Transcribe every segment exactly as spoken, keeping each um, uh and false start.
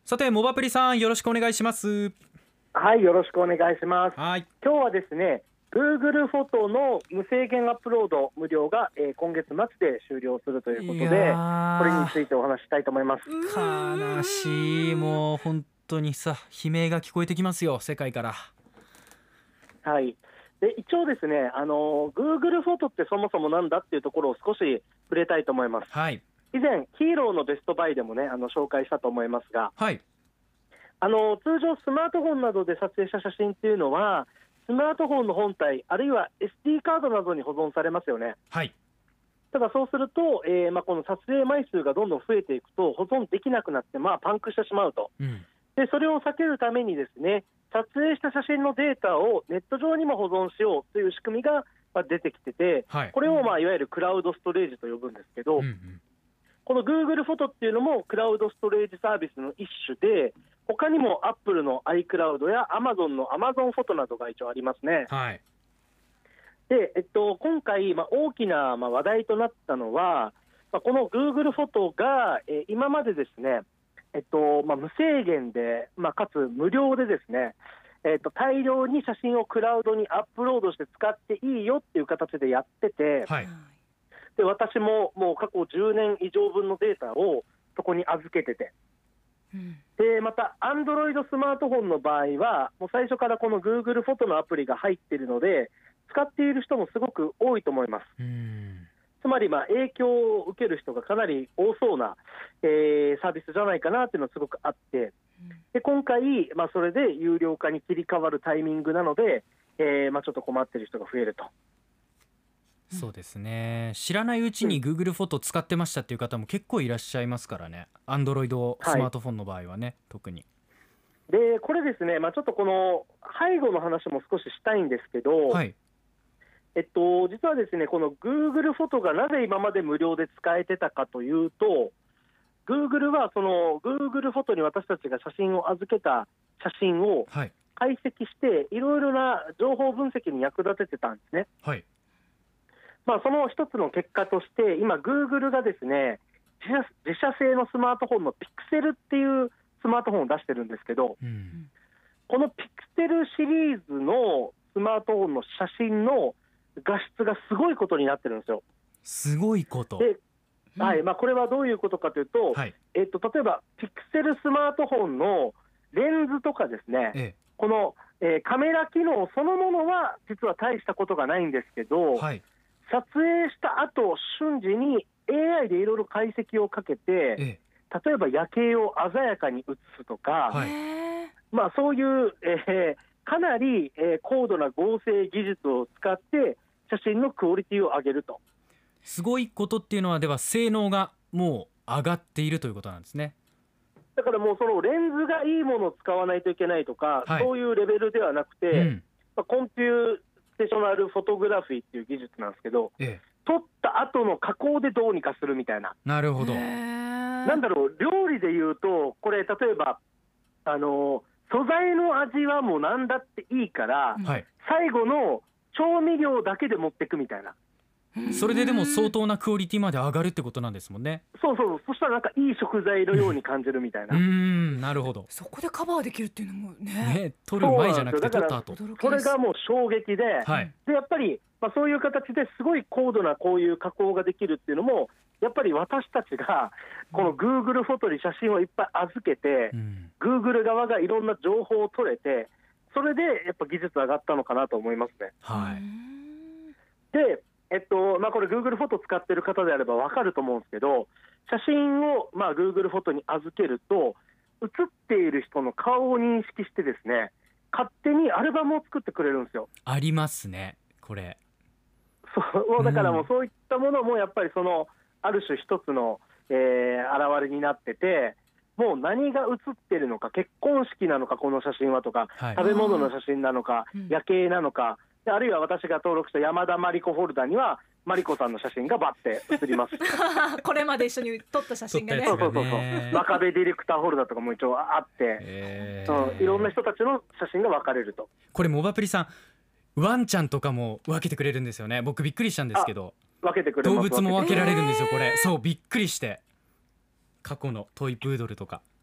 さてモバプリさん、よろしくお願いします。 はい、よろしくお願いします。 はい、 今日はですね Google フォトの無制限アップロード無料が、えー今月末で終了するということいで、 やこれについてお話ししたいと思います。 ー悲しい。もう本当にさ、悲鳴が聞こえてきますよ、世界から。 はい、で一応ですね、あの Google フォトってそもそもなんだっていうところを少し触れたいと思います。 はい、 以前ヒーローのベストバイでもねあの紹介したと思いますが、 はい、 あの通常スマートフォンなどで撮影した写真っていうのはスマートフォンの本体あるいは エスディー カードなどに保存されますよね。 はい、 ただそうすると、えーまあ、この撮影枚数がどんどん増えていくと保存できなくなって、まあ、パンクしてしまうと。 うん、 でそれを避けるためにですね、撮影した写真のデータをネット上にも保存しようという仕組みがまあ出てきてて、 はい、 これをまあいわゆるクラウドストレージと呼ぶんですけど、 うんうん、 この Google フォトっていうのもクラウドストレージサービスの一種で、他にも Apple の iCloud や Amazon の Amazon フォトなどが一応ありますね。 はい、 で、えっと、今回、まあ、大きな、まあ、話題となったのは、まあ、この Google フォトが、えー今までですね、えっとまあ、無制限で、まあ、かつ無料でですね、えっと、大量に写真をクラウドにアップロードして使っていいよっていう形でやってて、 はい、 で私ももう過去じゅうねん以上分のデータをそこに預けてて、でまた Android スマートフォンの場合はもう最初からこの Google フォトのアプリが入っているので使っている人もすごく多いと思います。 うん、 つまりまあ影響を受ける人がかなり多そうな、えーサービスじゃないかなっていうのがすごくあって、で今回、まあ、それで有料化に切り替わるタイミングなので、えーまあ、ちょっと困っている人が増えると。 そうですね。知らないうちに Google フォト使ってましたっていう方も結構いらっしゃいますからね。Android スマートフォンの場合はね、特に。 でこれですね、まあ、ちょっとこの背後の話も少ししたいんですけど、 はい、 えっと、実はですねこの Google フォトがなぜ今まで無料で使えてたかというと、 Google はその Google フォトに私たちが写真を預けた写真をはい、 解析していろいろな情報分析に役立ててたんですね。 はい、 まあ、その一つの結果として今 Google がですね自社自社製のスマートフォンの Pixel っていうスマートフォンを出してるんですけど、 うん、 この Pixel シリーズのスマートフォンの写真の画質がすごいことになってるんですよ。 すごいこと。 で、はいまあ、これはどういうことかというと、 はい、 えっと、例えば Pixel スマートフォンのレンズとかですね、 えこの、えーカメラ機能そのものは実は大したことがないんですけど、 え、はい、 撮影した後瞬時に エーアイ でいろいろ解析をかけて、 ええ、 例えば夜景を鮮やかに写すとか、 はい、 まあ、そういう、えーかなり、えー高度な合成技術を使って写真のクオリティを上げると。 すごいことっていうのは、では性能がもう上がっているということなんですね。 だからもうそのレンズがいいものを使わないといけないとか、 はい、 そういうレベルではなくて、 うん、 まあ、コンピューテーショナルフォトグラフィーっていう技術なんですけど、 ええ、 撮った後の加工でどうにかするみたいな、 なるほど。 なんだろう、料理でいうとこれ例えばあの素材の味はもう何だっていいから、 はい、 最後の調味料だけで持ってくみたいな。 それででも相当なクオリティまで上がるってことなんですもんね。 そうそう、そしたらなんかいい食材のように感じるみたいな、 うーん、なるほど。 そこでカバーできるっていうのもね、 ね、撮る前じゃなくて撮った後。 驚きそです。 れがもう衝撃で、 はい、 でやっぱり、まあ、そういう形ですごい高度なこういう加工ができるっていうのもやっぱり私たちがこの Google フォトに写真をいっぱい預けて、 うん、 Google 側がいろんな情報を取れて、それでやっぱ技術上がったのかなと思いますね。 はい、 で、えっとまあ、これ Google フォト使ってる方であれば分かると思うんですけど、写真を、まあ、Google フォトに預けると写っている人の顔を認識してですね、勝手にアルバムを作ってくれるんですよ。 ありますね、これ。 そうだからもうそういったものもやっぱりそのある種一つの、えー、現れになってて、もう何が写ってるのか、結婚式なのかこの写真はとか、 はい、 食べ物の写真なのか、 うん夜景なのか、であるいは私が登録した山田真理子フォルダには真理子さんの写真がバッて写りますこれまで一緒に撮った写真がね撮ったやつそうそうそうそうね真壁ディレクターフォルダとかも一応あって、 えうんーいろんな人たちの写真が分かれると。 これモバプリさん、ワンちゃんとかも分けてくれるんですよね。僕びっくりしたんですけど、 分けてくれます。 動物も分けられるんですよ、 えーこれ。そう、びっくりして。過去のトイプードルとか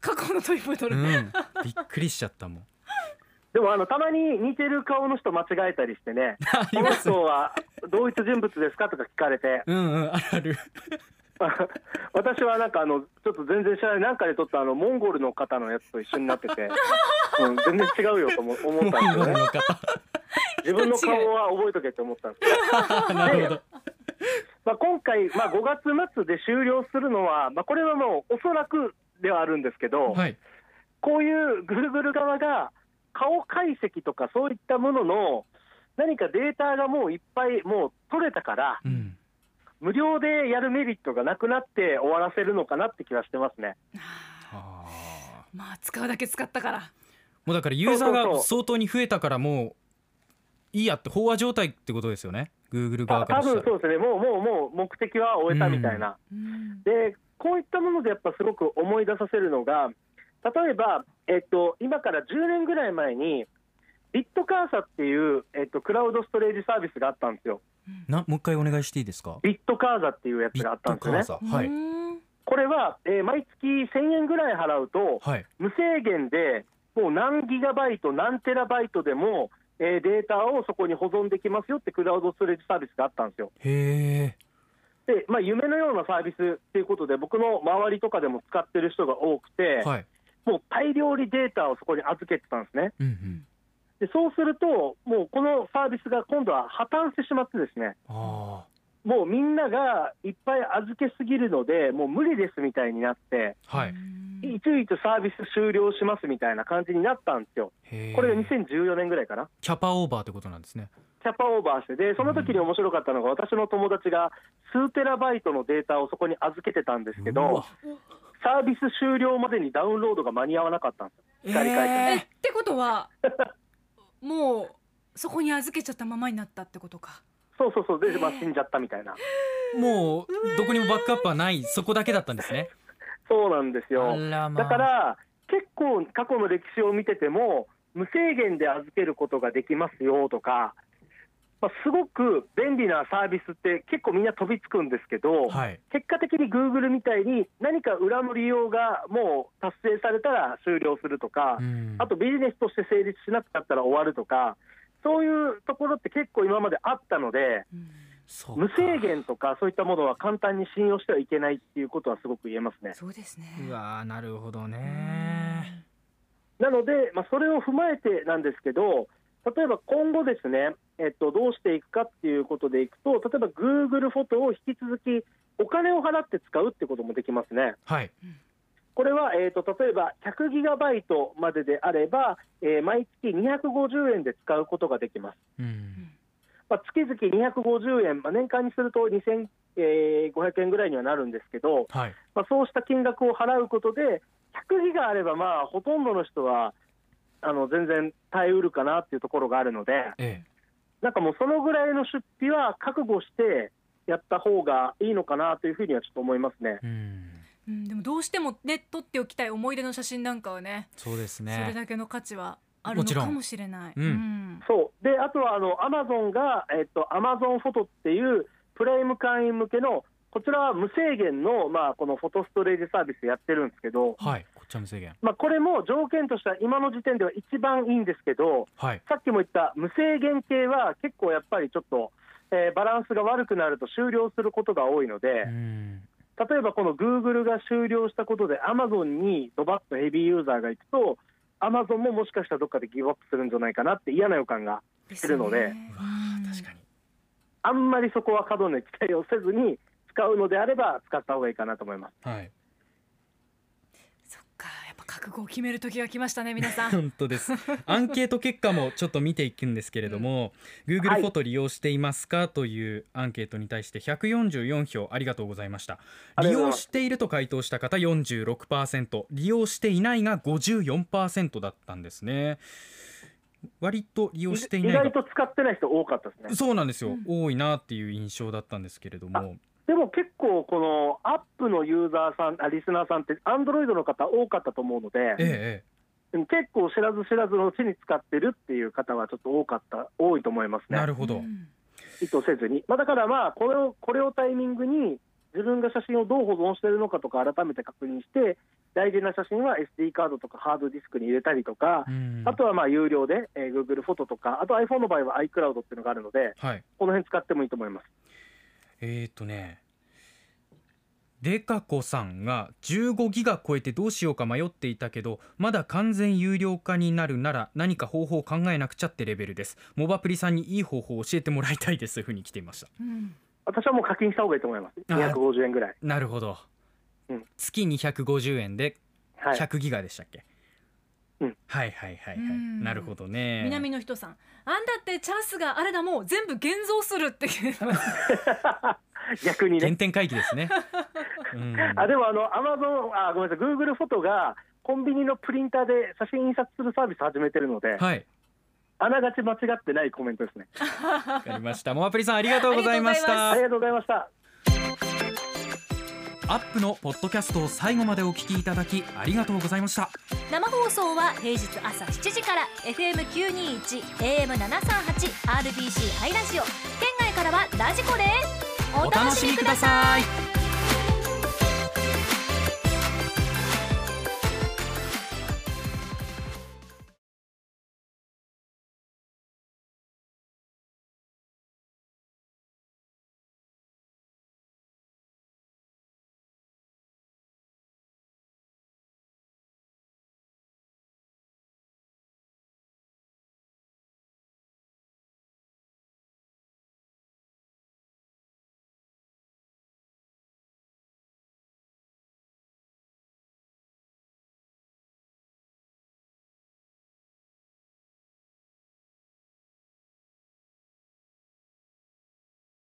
過去のトイプードル、 うん、びっくりしちゃったもん。 でもあのたまに似てる顔の人間違えたりしてねこの人は同一人物ですかとか聞かれてうんうん、あるある。 私はなんかあのちょっと全然知らないなんかで撮ったあのモンゴルの方のやつと一緒になってて、うん、全然違うよと思思ったんですよね。自分の顔は覚えとけって思ったんですけどなるほど。 まあ、今回、まあ、ごがつ末で終了するのは、まあ、これはもうおそらくではあるんですけど、 はい、 こういう Google 側が顔解析とかそういったものの何かデータがもういっぱいもう取れたから、 うん、 無料でやるメリットがなくなって終わらせるのかなって気はしてますね。 あまあ使うだけ使ったから、 もうだからユーザーが相当に増えたからもういいやって飽和状態ってことですよね、 Google 側からしたら。 多分そうですね、もうもうもう目的は終えたみたいな、 うん、 でこういったものでやっぱすごく思い出させるのが、例えば、えっと、今からじゅうねんぐらい前にビットカーサっていう、えっと、クラウドストレージサービスがあったんですよ。 なもう一回お願いしていいですか。 ビットカーザっていうやつがあったんですよね。 ビットカーザ、はい、 これは、えー、毎月せんえんぐらい払うと、 はい、 無制限でもう何ギガバイト何テラバイトでも、えー、データをそこに保存できますよってクラウドストレージサービスがあったんですよ。 へーで、まあ、夢のようなサービスっていうことで僕の周りとかでも使ってる人が多くて、 はい、 もう大量にデータをそこに預けてたんですね。 うんうん、 でそうするともうこのサービスが今度は破綻してしまってですね、 あもうみんながいっぱい預けすぎるのでもう無理ですみたいになって、 はい、 いついつサービス終了しますみたいな感じになったんですよ。これがにせんじゅうよねんぐらいかな。 キャパオーバーってことなんですね。 キャパオーバーして、でその時に面白かったのが、私の友達が数テラバイトのデータをそこに預けてたんですけど、サービス終了までにダウンロードが間に合わなかったんですよ、光回線、 えー、ってことはもうそこに預けちゃったままになったってことか。 そうそうそう、で、まあ、死んじゃったみたいな。 もうどこにもバックアップはない、そこだけだったんですね。 そうなんですよ、 あら、まあ、 だから結構過去の歴史を見てても無制限で預けることができますよとか、まあ、すごく便利なサービスって結構みんな飛びつくんですけど、 はい、 結果的に Google みたいに何か裏の利用がもう達成されたら終了するとか、 うん、 あとビジネスとして成立しなくなったら終わるとか、そういうところって結構今まであったので、うん、無制限とかそういったものは簡単に信用してはいけないっていうことはすごく言えますね。 そうですね。 うわー、なるほどね。 なので、まあ、それを踏まえてなんですけど、例えば今後ですね、えっと、どうしていくかっていうことでいくと、例えば Google フォトを引き続きお金を払って使うってこともできますね。 はい、 これは、えーと、例えばひゃくギガバイトまでであれば、えー、毎月にひゃくごじゅうえんで使うことができます。うん、まあ、月々にひゃくごじゅうえん、まあ、年間にするとにせんごひゃくえんぐらいにはなるんですけど、 はい、 まあ、そうした金額を払うことでひゃくギガあれば、まあ、ほとんどの人はあの全然耐えうるかなっていうところがあるので、ええ、なんかもうそのぐらいの出費は覚悟してやった方がいいのかなというふうにはちょっと思いますね。 うん、うん、でもどうしてもね、撮っておきたい思い出の写真なんかはね、 そうですね、 それだけの価値はあるのかもしれない。 うんうん、 そうで、あとはあの Amazon が、えっと、Amazon フォトっていうプライム会員向けの、こちらは無制限の、まあ、このフォトストレージサービスやってるんですけど、 はい、こっちは無制限、 まあ、これも条件としては今の時点では一番いいんですけど、はい、さっきも言った無制限系は結構やっぱりちょっと、えー、バランスが悪くなると終了することが多いので、うん、例えばこの Google が終了したことで Amazon にドバッとヘビーユーザーがいくと、 Amazon ももしかしたらどっかでギブアップするんじゃないかなって嫌な予感がするので、 確かにあんまりそこは過度な期待をせずに使うのであれば使った方がいいかなと思います。 はい、 そっか、やっぱ覚悟を決める時が来ましたね、皆さん。 本当です。アンケート結果もちょっと見ていくんですけれども、うん、Google フォト利用していますか、はい、というアンケートに対してひゃくよんじゅうよんひょうありがとうございました。利用していると回答した方 よんじゅうろくパーセント、 利用していないが ごじゅうよんパーセント だったんですね。割と利用していないが、 意外と使ってない人多かったですね。 そうなんですよ、 うん、 多いなっていう印象だったんですけれども、 でも結構このアップのユーザーさん、あリスナーさんってアンドロイドの方多かったと思うので、 ええ、結構知らず知らずのうちに使ってるっていう方はちょっと多かった多いと思いますね。 なるほど、 意図せずに、まあ、だからまあこれをこれをタイミングに自分が写真をどう保存しているのかとか改めて確認して、大事な写真は エスディー カードとかハードディスクに入れたりとか、うん、あとはまあ有料で、えー、Google フォトとか、あと iPhone の場合は iCloud っていうのがあるので、はい、この辺使ってもいいと思います。 えーとねデカコさんがじゅうごギガ超えてどうしようか迷っていたけど、まだ完全有料化になるなら何か方法を考えなくちゃってレベルです。モバプリさんにいい方法を教えてもらいたいですというふうに来ていました。うん、 私はもう課金した方がいいと思います。にひゃくごじゅうえんぐらい。なるほど、 うん、月にひゃくごじゅうえんでひゃくギガでしたっけ？はい、うん、はいはいはいはい、なるほどね。 南の人さん、あんだってチャンスがあれだもん全部現像するって逆にね、 原点回帰ですね。 うん、あでもあの Amazon あごめんなさい Google フォトがコンビニのプリンターで写真印刷するサービス始めてるので、はい、あながち間違ってないコメントですね。 わかりました。モバプリさんありがとうございました。 ありがとうございました。 アップのポッドキャストを最後までお聞きいただきありがとうございました。 生放送は平日朝しちじから エフエムきゅうにいち エーエムななさんはち アールビーシー ハイラジオ、県外からはラジコです。 お楽しみください。